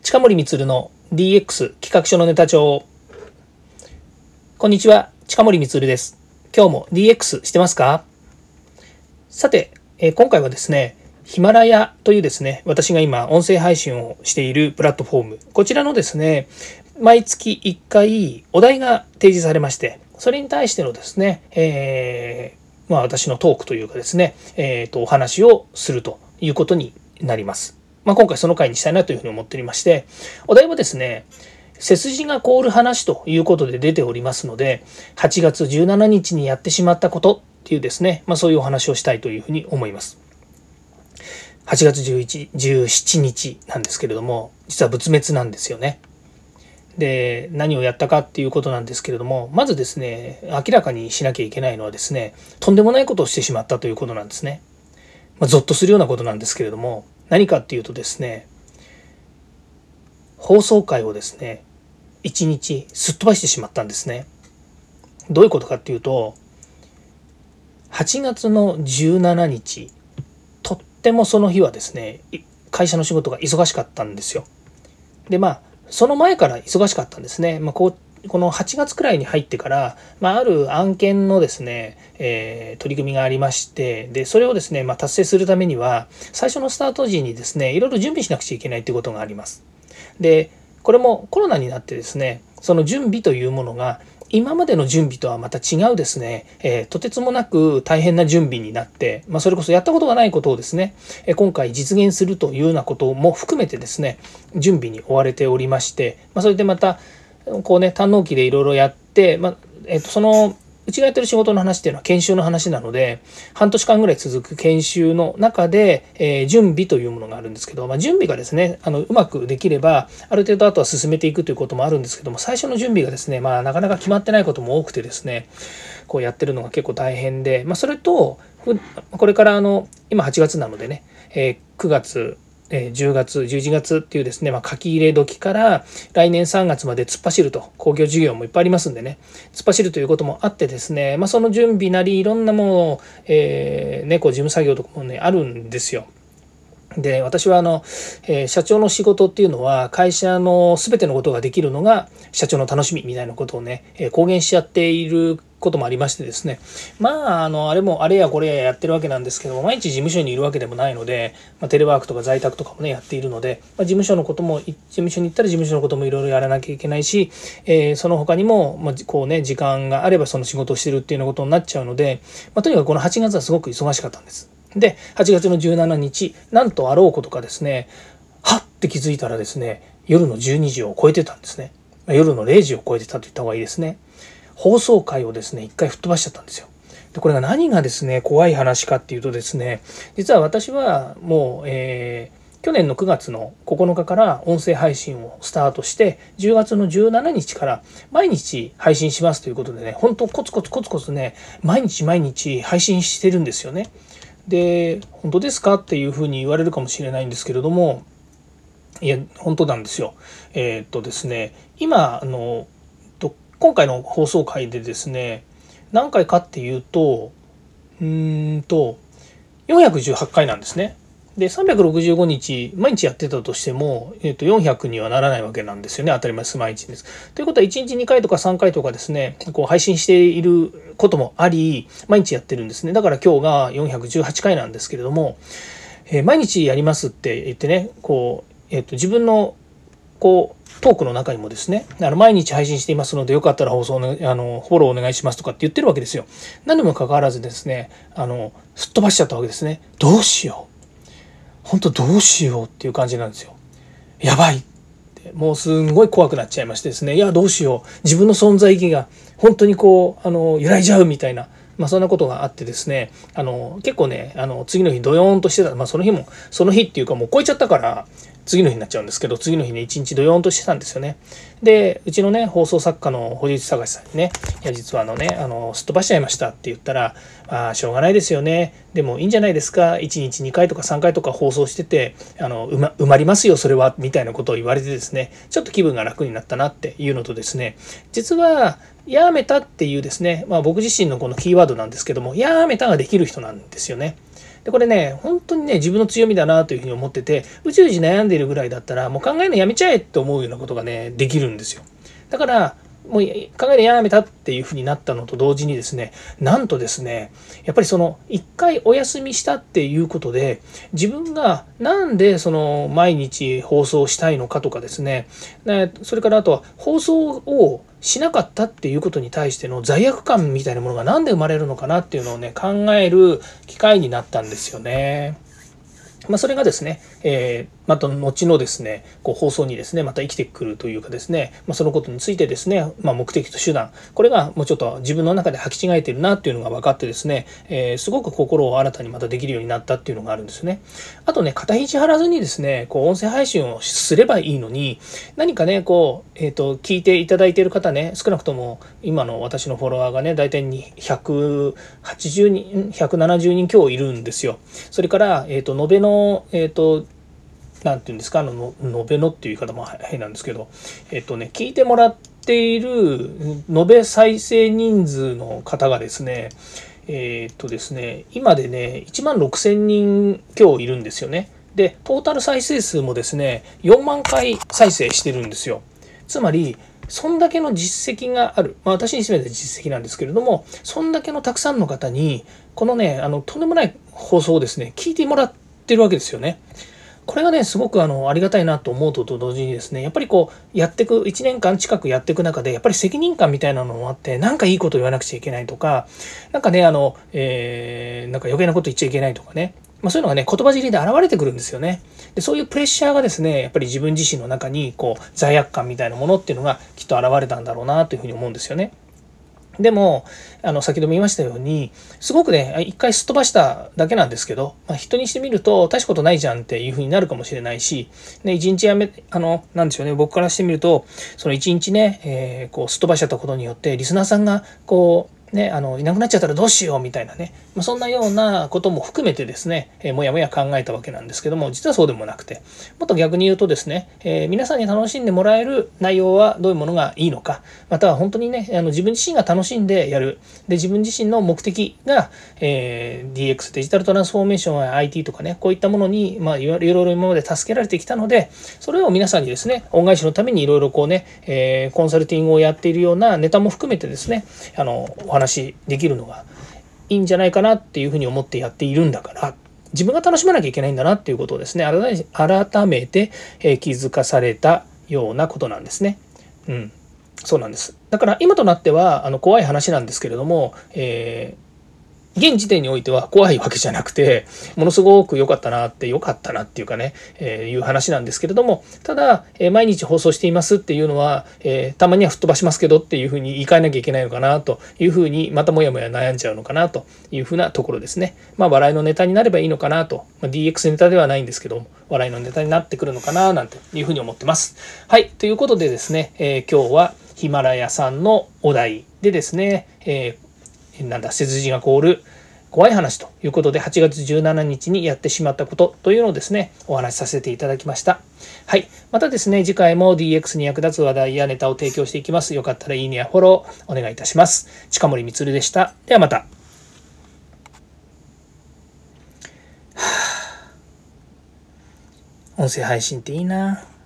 近森光の DX 企画書のネタ帳。こんにちは、近森光です。今日も DX してますか？さて、今回はですね、ヒマラヤというですね、私が今音声配信をしているプラットフォーム、こちらのですね、毎月1回お題が提示されまして、それに対してのですね、私のトークというかですね、お話をするということになります。今回その回にしたいなというふうに思っておりまして、お題はですね、背筋が凍る話ということで出ておりますので、8月17日にやってしまったことっていうですね、そういうお話をしたいというふうに思います。8月17日なんですけれども、実は仏滅なんですよね。で、何をやったかっていうことなんですけれども、まずですね、明らかにしなきゃいけないのはですね、とんでもないことをしてしまったということなんですね。ゾッとするようなことなんですけれども、何かっていうとですね、放送回をですね、1日すっ飛ばしてしまったんですね。どういうことかっていうと、8月の17日、とってもその日はですね、会社の仕事が忙しかったんですよ。で、その前から忙しかったんですね。この8月くらいに入ってから、ある案件のですね、取り組みがありまして、で、それをですね、達成するためには、最初のスタート時にですね、いろいろ準備しなくちゃいけないということがあります。で、これもコロナになってですね、その準備というものが、今までの準備とはまた違うですね、とてつもなく大変な準備になって、それこそやったことがないことをですね、今回実現するというようなことも含めてですね、準備に追われておりまして、それでまた、短納期でいろいろやって、そのうちがやってる仕事の話っていうのは研修の話なので、半年間ぐらい続く研修の中で、準備というものがあるんですけど、準備がですね、うまくできれば、ある程度あとは進めていくということもあるんですけども、最初の準備がですね、なかなか決まってないことも多くてですね、やってるのが結構大変で、それと、これから今8月なのでね、9月、10月、11月っていうですね、書き入れ時から来年3月まで突っ走ると、工業事業もいっぱいありますんでね、突っ走るということもあってですね、その準備なりいろんなものを、事務作業とかもね、あるんですよ。で、私は社長の仕事っていうのは会社の全てのことができるのが社長の楽しみみたいなことをね、公言しちゃっていることもありましてですね、あれもあれやこれややってるわけなんですけども、毎日事務所にいるわけでもないので、テレワークとか在宅とかもねやっているので、事務所のことも事務所に行ったら事務所のこともいろいろやらなきゃいけないし、その他にも、時間があればその仕事をしてるっていうようなことになっちゃうので、とにかくこの8月はすごく忙しかったんです。で、8月の17日、なんとあろうことかですね、はって気づいたらですね、夜の12時を超えてたんですね。夜の0時を超えてたと言った方がいいですね。放送回をですね、一回吹っ飛ばしちゃったんですよ。で、これが何がですね、怖い話かっていうとですね、実は私はもう、去年の9月の9日から音声配信をスタートして、10月の17日から毎日配信しますということでね、本当コツコツね、毎日配信してるんですよね。で、本当ですかっていうふうに言われるかもしれないんですけれども、いや、本当なんですよ。ですね、今、今回の放送回でですね、何回かっていうと、418回なんですね。で、365日、毎日やってたとしても、400にはならないわけなんですよね。当たり前です。毎日です。ということは、1日2回とか3回とかですね、配信していることもあり、毎日やってるんですね。だから今日が418回なんですけれども、毎日やりますって言ってね、自分の、トークの中にもですね、毎日配信していますので、よかったら放送の、フォローお願いしますとかって言ってるわけですよ。何でもかかわらずですね、すっ飛ばしちゃったわけですね。どうしよう。本当どうしようっていう感じなんですよ。やばいって、もうすんごい怖くなっちゃいましてですね、いや、どうしよう。自分の存在意義が本当に揺らいじゃうみたいな、そんなことがあってですね、結構ね、次の日ドヨーンとしてた、その日っていうかもう超えちゃったから、次の日になっちゃうんですけど、次の日ね、一日ドヨーンとしてたんですよね。で、うちのね、放送作家の堀内隆さんにね、いや、実はすっ飛ばしちゃいましたって言ったら、しょうがないですよね。でもいいんじゃないですか。1日2回とか3回とか放送してて、埋まりますよ、それは、みたいなことを言われてですね、ちょっと気分が楽になったなっていうのとですね、実は、やめたっていうですね、僕自身のこのキーワードなんですけども、やめたができる人なんですよね。 でこれね本当にね自分の強みだなというふうに思ってて、うじうじ悩んでいるぐらいだったらもう考えるのやめちゃえって思うようなことがねできるんですよ。だからもう考えるのやめたっていうふうになったのと同時にですね、なんとですねやっぱりその一回お休みしたっていうことで、自分がなんでその毎日放送したいのかとかですね、それからあとは放送をしなかったっていうことに対しての罪悪感みたいなものが何で生まれるのかなっていうのをね考える機会になったんですよね。それがですね、また後のですね、こう放送にですね、また生きてくるというかですね、そのことについてですね、目的と手段、これがもうちょっと自分の中で履き違えているなっていうのが分かってですね、すごく心を新たにまたできるようになったっていうのがあるんですね。あとね、肩肘張らずにですね、こう音声配信をすればいいのに、何かね、こう、聞いていただいている方ね、少なくとも今の私のフォロワーがね、大体180人、170人強いるんですよ。それから、延べの、なんていうんですか、延べのっていう言い方も変なんですけど、聞いてもらっている延べ再生人数の方がですね、ですね、今でね、1万6000人強いるんですよね。で、トータル再生数もですね、4万回再生してるんですよ。つまり、そんだけの実績がある。私に占めて実績なんですけれども、そんだけのたくさんの方に、このね、とんでもない放送をですね、聞いてもらってるわけですよね。これがね、すごくありがたいなと思うと同時にですね、やっぱりこう、やっていく、1年間近くやっていく中で、やっぱり責任感みたいなのもあって、なんかいいこと言わなくちゃいけないとか、なんかね、なんか余計なこと言っちゃいけないとかね、そういうのがね、言葉尻で現れてくるんですよね。で、そういうプレッシャーがですね、やっぱり自分自身の中に、こう、罪悪感みたいなものっていうのがきっと現れたんだろうなというふうに思うんですよね。でも先ほども言いましたように、すごくね一回すっ飛ばしただけなんですけど、人にしてみると大したことないじゃんっていう風になるかもしれないし、ね、一日なんでしょうね、僕からしてみるとその一日ね、こうすっ飛ばしちゃったことによってリスナーさんがこうね、いなくなっちゃったらどうしようみたいなね、そんなようなことも含めてですね、もやもや考えたわけなんですけども、実はそうでもなくて、もっと逆に言うとですね、皆さんに楽しんでもらえる内容はどういうものがいいのか、または本当にね、自分自身が楽しんでやる。で、自分自身の目的が、DX、デジタルトランスフォーメーションや IT とかね、こういったものに、いろいろ今まで助けられてきたので、それを皆さんにですね、恩返しのためにいろいろこうね、コンサルティングをやっているようなネタも含めてですね、お話できるのがいいんじゃないかなっていうふうに思ってやっているんだから、自分が楽しまなきゃいけないんだなっていうことをですね、改めて気づかされたようなことなんですね。そうなんです。だから今となっては怖い話なんですけれども、現時点においては怖いわけじゃなくて、ものすごく良かったなっていうかね、いう話なんですけれども、ただ、毎日放送していますっていうのは、たまには吹っ飛ばしますけどっていうふうに言い換えなきゃいけないのかなというふうに、またもやもや悩んじゃうのかなというふうなところですね。笑いのネタになればいいのかなと、DX ネタではないんですけども、笑いのネタになってくるのかななんていうふうに思ってます。はい、ということでですね、今日はヒマラヤさんのお題でですね、背筋が凍る怖い話ということで、8月17日にやってしまったことというのをですね、お話しさせていただきました。はい。またですね、次回も DX に役立つ話題やネタを提供していきます。よかったらいいねやフォローお願いいたします。近森光でした。ではまた。音声配信っていいな。